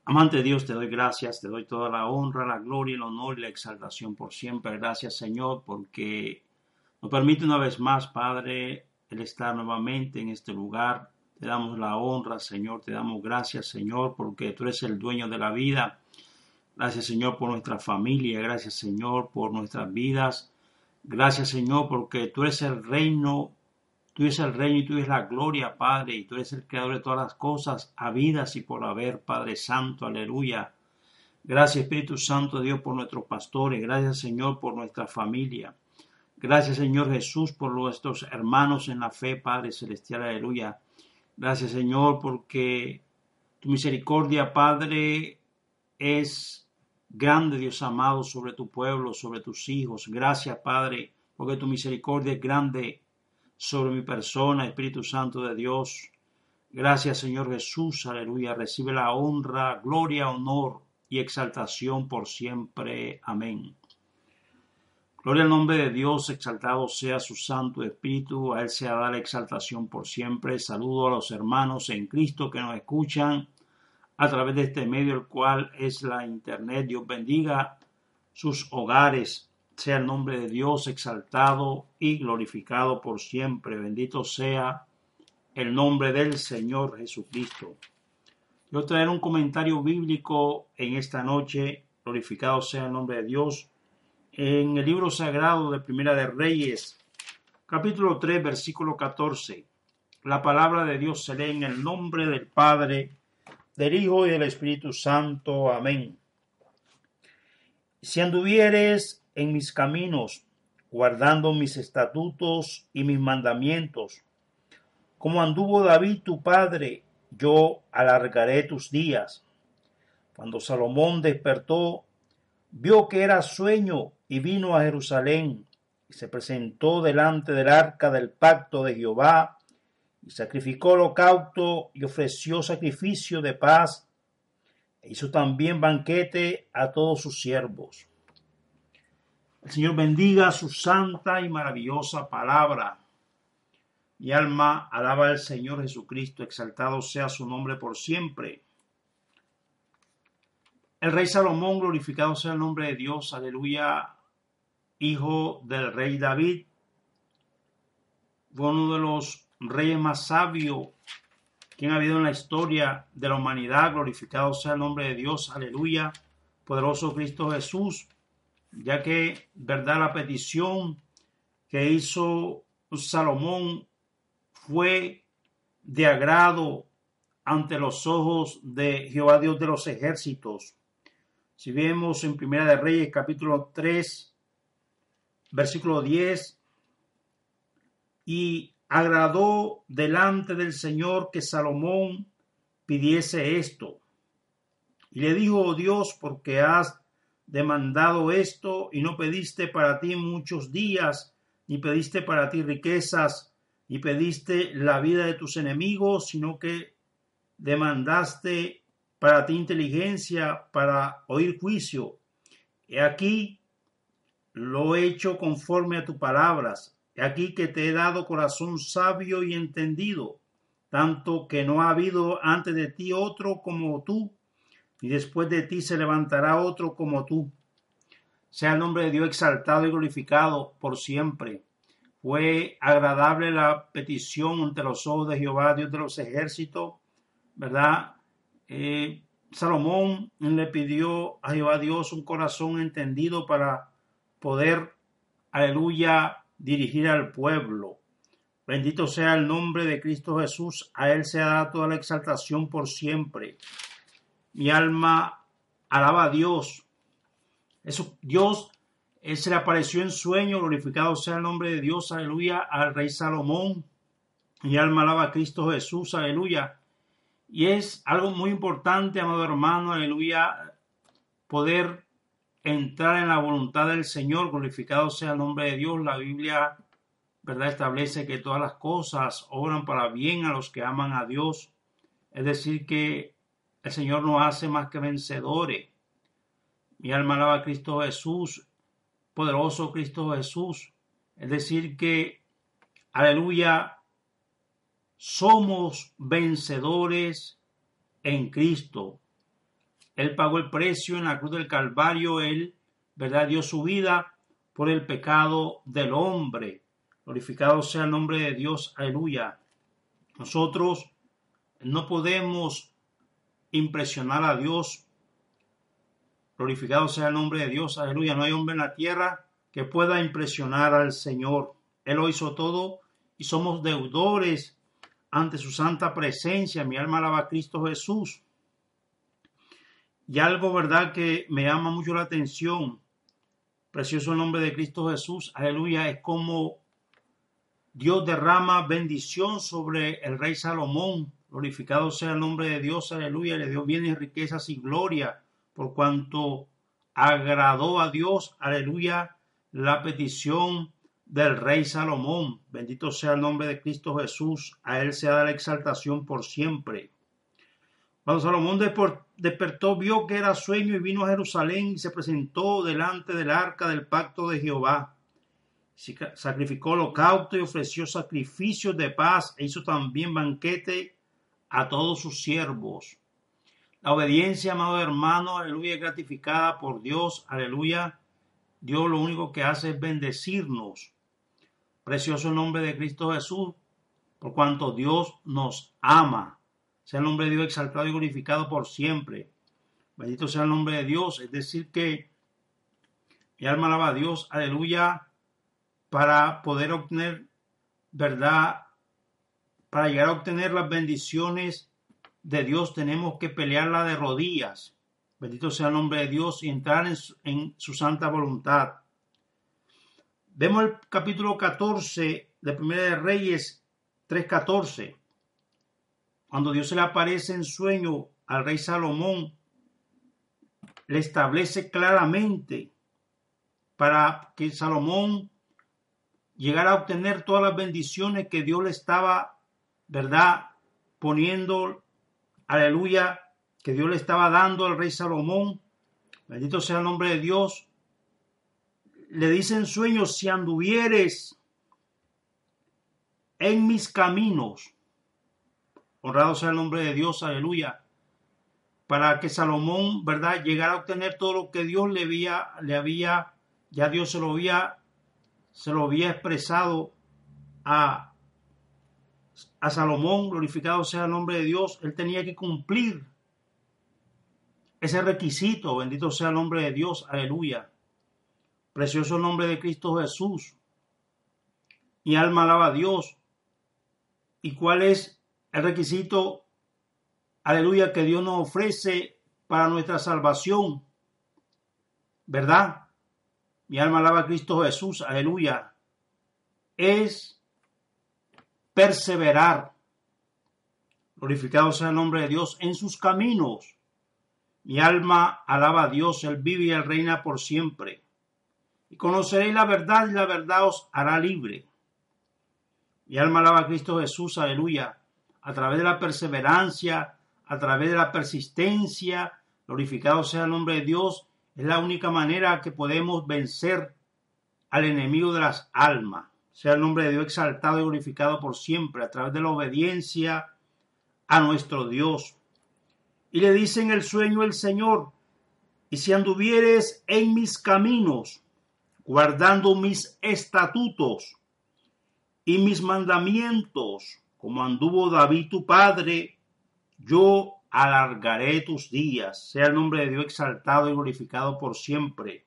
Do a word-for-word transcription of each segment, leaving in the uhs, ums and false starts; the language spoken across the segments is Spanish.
Amante Dios, te doy gracias, te doy toda la honra, la gloria, el honor y la exaltación por siempre. Gracias, Señor, porque nos permite una vez más, Padre, el estar nuevamente en este lugar. Te damos la honra, Señor, te damos gracias, Señor, porque tú eres el dueño de la vida. Gracias, Señor, por nuestra familia. Gracias, Señor, por nuestras vidas. Gracias, Señor, porque tú eres el reino. Tú eres el reino y tú eres la gloria, Padre, y tú eres el creador de todas las cosas, habidas y por haber, Padre Santo, aleluya. Gracias, Espíritu Santo, Dios, por nuestros pastores. Gracias, Señor, por nuestra familia. Gracias, Señor Jesús, por nuestros hermanos en la fe, Padre Celestial, aleluya. Gracias, Señor, porque tu misericordia, Padre, es grande, Dios amado, sobre tu pueblo, sobre tus hijos. Gracias, Padre, porque tu misericordia es grande sobre mi persona, Espíritu Santo de Dios. Gracias, Señor Jesús, aleluya. Recibe la honra, gloria, honor y exaltación por siempre. Amén. Gloria al nombre de Dios, exaltado sea su Santo Espíritu, a Él sea dada la exaltación por siempre. Saludo a los hermanos en Cristo que nos escuchan a través de este medio, el cual es la Internet. Dios bendiga sus hogares. Sea el nombre de Dios exaltado y glorificado por siempre. Bendito sea el nombre del Señor Jesucristo. Yo traeré un comentario bíblico en esta noche. Glorificado sea el nombre de Dios. En el libro sagrado de Primera de Reyes, capítulo tres, versículo catorce. La palabra de Dios se lee en el nombre del Padre, del Hijo y del Espíritu Santo. Amén. Si anduvieres en mis caminos, guardando mis estatutos y mis mandamientos, como anduvo David tu padre, yo alargaré tus días. Cuando Salomón despertó, vio que era sueño y vino a Jerusalén y se presentó delante del arca del pacto de Jehová y sacrificó holocausto y ofreció sacrificio de paz e hizo también banquete a todos sus siervos. El Señor bendiga su santa y maravillosa palabra. Mi alma alaba al Señor Jesucristo, exaltado sea su nombre por siempre. El rey Salomón, glorificado sea el nombre de Dios, aleluya, hijo del rey David, fue uno de los reyes más sabios que ha habido en la historia de la humanidad. Glorificado sea el nombre de Dios, aleluya, poderoso Cristo Jesús, ya que, verdad, la petición que hizo Salomón fue de agrado ante los ojos de Jehová Dios de los ejércitos. Si vemos en Primera de Reyes, capítulo tres, versículo diez, y agradó delante del Señor que Salomón pidiese esto. Y le dijo, oh Dios, porque has demandado esto y no pediste para ti muchos días, ni pediste para ti riquezas, ni pediste la vida de tus enemigos, sino que demandaste para ti inteligencia para oír juicio. He aquí lo he hecho conforme a tus palabras. He aquí que te he dado corazón sabio y entendido, tanto que no ha habido antes de ti otro como tú, y después de ti se levantará otro como tú. Sea el nombre de Dios exaltado y glorificado por siempre. Fue agradable la petición ante los ojos de Jehová, Dios de los ejércitos, ¿verdad? Eh, Salomón le pidió a Jehová Dios un corazón entendido para poder, aleluya, dirigir al pueblo. Bendito sea el nombre de Cristo Jesús. A Él se da toda la exaltación por siempre. Mi alma alaba a Dios. Eso, Dios él se le apareció en sueño. Glorificado sea el nombre de Dios. Aleluya. Al rey Salomón. Mi alma alaba a Cristo Jesús. Aleluya. Y es algo muy importante, amado hermano. Aleluya. Poder entrar en la voluntad del Señor. Glorificado sea el nombre de Dios. La Biblia, ¿verdad?, establece que todas las cosas obran para bien a los que aman a Dios. Es decir, que el Señor nos hace más que vencedores. Mi alma alaba a Cristo Jesús, poderoso Cristo Jesús. Es decir, que, aleluya, somos vencedores en Cristo. Él pagó el precio en la cruz del Calvario. Él, ¿verdad?, dio su vida por el pecado del hombre. Glorificado sea el nombre de Dios. Aleluya. Nosotros no podemos impresionar a Dios. Glorificado sea el nombre de Dios. Aleluya. No hay hombre en la tierra que pueda impresionar al Señor. Él lo hizo todo y somos deudores ante su santa presencia. Mi alma alaba a Cristo Jesús. Y algo, ¿verdad?, que me llama mucho la atención. Precioso el nombre de Cristo Jesús. Aleluya. Es como Dios derrama bendición sobre el rey Salomón. Glorificado sea el nombre de Dios. Aleluya. Le dio bienes, riquezas y gloria por cuanto agradó a Dios. Aleluya. La petición del rey Salomón. Bendito sea el nombre de Cristo Jesús. A él se da la exaltación por siempre. Cuando Salomón despertó, vio que era sueño y vino a Jerusalén y se presentó delante del arca del pacto de Jehová. Sacrificó holocausto y ofreció sacrificios de paz e hizo también banquete a todos sus siervos. La obediencia, amado hermano, aleluya, es gratificada por Dios, aleluya. Dios lo único que hace es bendecirnos. Precioso el nombre de Cristo Jesús, por cuanto Dios nos ama. Sea el nombre de Dios exaltado y glorificado por siempre. Bendito sea el nombre de Dios. Es decir que mi alma alaba a Dios, aleluya, para poder obtener, verdad, para llegar a obtener las bendiciones de Dios tenemos que pelearla de rodillas. Bendito sea el nombre de Dios y entrar en su, en su santa voluntad. Vemos el capítulo catorce de Primera de Reyes tres catorce. Cuando Dios se le aparece en sueño al rey Salomón, le establece claramente para que Salomón llegara a obtener todas las bendiciones que Dios le estaba, ¿verdad?, poniendo, aleluya, que Dios le estaba dando al rey Salomón. Bendito sea el nombre de Dios. Le dice en sueños: si anduvieres en mis caminos. Honrado sea el nombre de Dios, aleluya. Para que Salomón, ¿verdad?, llegara a obtener todo lo que Dios le había, le había, ya Dios se lo había, se lo había expresado a, a Salomón. Glorificado sea el nombre de Dios. Él tenía que cumplir ese requisito. Bendito sea el nombre de Dios, aleluya. Precioso el nombre de Cristo Jesús. Mi alma alaba a Dios. ¿Y cuál es el requisito, aleluya, que Dios nos ofrece para nuestra salvación? ¿Verdad? Mi alma alaba a Cristo Jesús, aleluya. Es perseverar. Glorificado sea el nombre de Dios en sus caminos. Mi alma alaba a Dios, Él vive y Él reina por siempre. Y conoceréis la verdad y la verdad os hará libre. Mi alma alaba a Cristo Jesús, aleluya. A través de la perseverancia, a través de la persistencia, glorificado sea el nombre de Dios, es la única manera que podemos vencer al enemigo de las almas. Sea el nombre de Dios exaltado y glorificado por siempre, a través de la obediencia a nuestro Dios. Y le dice en el sueño el Señor: y si anduvieres en mis caminos, guardando mis estatutos y mis mandamientos, como anduvo David tu padre, yo alargaré tus días. Sea el nombre de Dios exaltado y glorificado por siempre.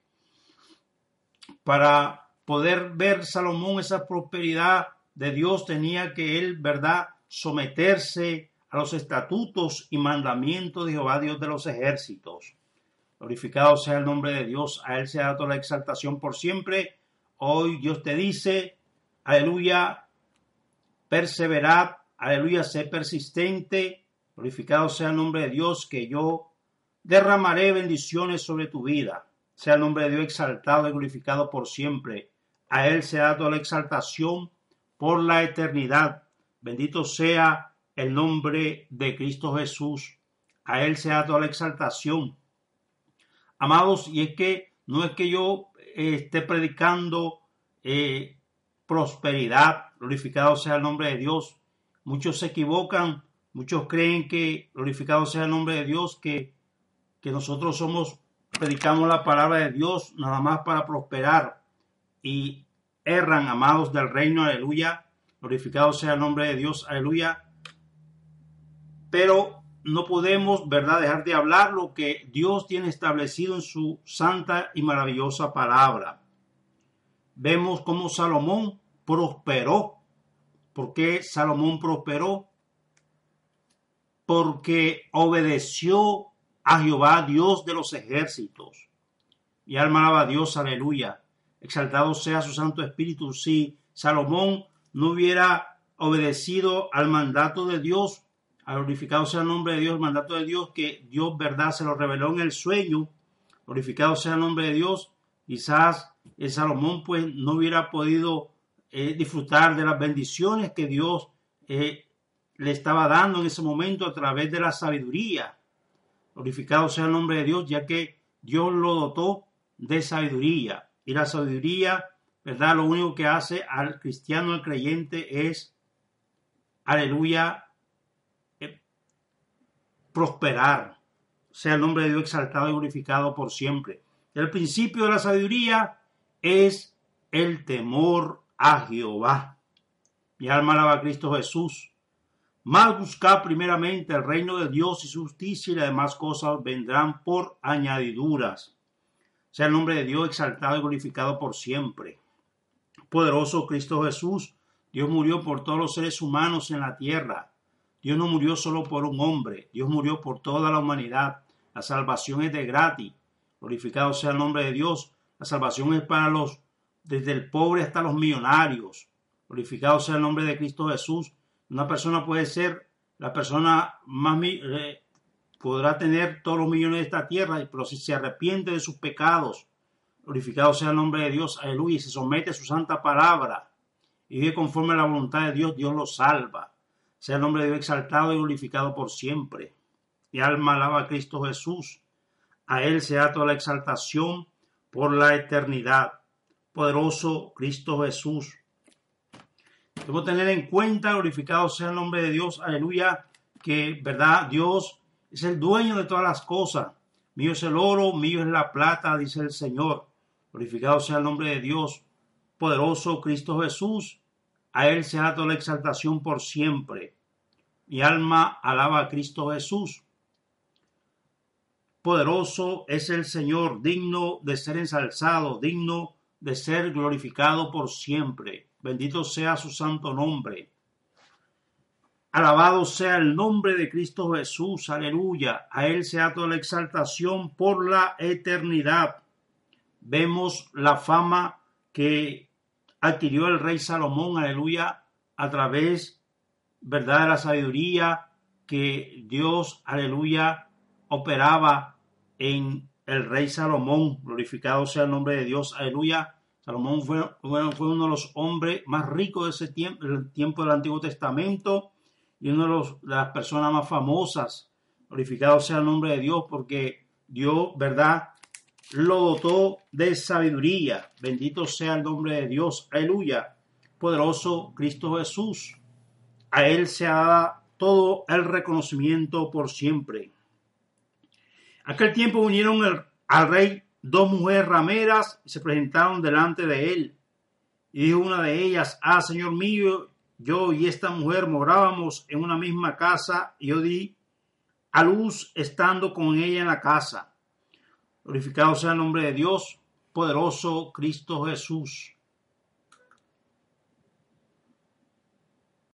Para poder ver Salomón esa prosperidad de Dios, tenía que él, ¿verdad?, someterse a los estatutos y mandamientos de Jehová, Dios de los ejércitos. Glorificado sea el nombre de Dios. A él se ha dado la exaltación por siempre. Hoy Dios te dice, aleluya, perseverad, aleluya, sé persistente. Glorificado sea el nombre de Dios, que yo derramaré bendiciones sobre tu vida. Sea el nombre de Dios exaltado y glorificado por siempre. A él se ha dado la exaltación por la eternidad. Bendito sea el nombre de Cristo Jesús. A él se ha dado la exaltación. Amados, y es que no es que yo eh, esté predicando eh, prosperidad. Glorificado sea el nombre de Dios. Muchos se equivocan. Muchos creen que, glorificado sea el nombre de Dios, que, que nosotros somos, predicamos la palabra de Dios nada más para prosperar y erran, amados del reino, aleluya, glorificado sea el nombre de Dios, aleluya, pero no podemos, verdad, dejar de hablar lo que Dios tiene establecido en su santa y maravillosa palabra. Vemos cómo Salomón prosperó. ¿Por qué Salomón prosperó? Porque obedeció a Jehová, Dios de los ejércitos. Mi alma alaba a Dios, aleluya. Exaltado sea su Santo Espíritu. Si Salomón no hubiera obedecido al mandato de Dios, glorificado sea el nombre de Dios, el mandato de Dios que Dios, verdad, se lo reveló en el sueño, glorificado sea el nombre de Dios, quizás el Salomón pues no hubiera podido eh, disfrutar de las bendiciones que Dios eh, le estaba dando en ese momento a través de la sabiduría. Glorificado sea el nombre de Dios, ya que Dios lo dotó de sabiduría. Y la sabiduría, verdad, lo único que hace al cristiano, al creyente es, aleluya, prosperar. Sea el nombre de Dios exaltado y glorificado por siempre. El principio de la sabiduría es el temor a Jehová. Mi alma alaba a Cristo Jesús. Más buscad primeramente el reino de Dios y su justicia, y las demás cosas vendrán por añadiduras. Sea el nombre de Dios exaltado y glorificado por siempre. Poderoso Cristo Jesús. Dios murió por todos los seres humanos en la tierra. Dios no murió solo por un hombre, Dios murió por toda la humanidad. La salvación es de gratis. Glorificado sea el nombre de Dios. La salvación es para los, desde el pobre hasta los millonarios. Glorificado sea el nombre de Cristo Jesús. Una persona puede ser la persona más, eh, podrá tener todos los millones de esta tierra, pero si se arrepiente de sus pecados, glorificado sea el nombre de Dios, aleluya, y se somete a su santa palabra y vive conforme a la voluntad de Dios, Dios lo salva. Sea el nombre de Dios exaltado y glorificado por siempre. Mi alma alaba a Cristo Jesús. A Él sea toda la exaltación por la eternidad. Poderoso Cristo Jesús. Debo tener en cuenta, glorificado sea el nombre de Dios, aleluya, que, verdad, Dios es el dueño de todas las cosas. Mío es el oro, mío es la plata, dice el Señor. Glorificado sea el nombre de Dios. Poderoso Cristo Jesús. A Él sea toda la exaltación por siempre. Mi alma alaba a Cristo Jesús. Poderoso es el Señor, digno de ser ensalzado, digno de ser glorificado por siempre. Bendito sea su santo nombre. Alabado sea el nombre de Cristo Jesús, aleluya. A Él sea toda la exaltación por la eternidad. Vemos la fama que adquirió el rey Salomón, aleluya, a través, verdad, de la sabiduría que Dios, aleluya, operaba en el rey Salomón. Glorificado sea el nombre de Dios, aleluya. Salomón fue, fue, fue uno de los hombres más ricos de ese tiempo, el tiempo del Antiguo Testamento, y uno de, los, de las personas más famosas. Glorificado sea el nombre de Dios, porque Dios, verdad, lo dotó de sabiduría. Bendito sea el nombre de Dios, aleluya. Poderoso Cristo Jesús. A Él se da todo el reconocimiento por siempre. Aquel tiempo vinieron el, al rey dos mujeres rameras y se presentaron delante de él. Y dijo una de ellas: ah, Señor mío, yo y esta mujer morábamos en una misma casa, y yo di a luz estando con ella en la casa. Glorificado sea el nombre de Dios, poderoso Cristo Jesús.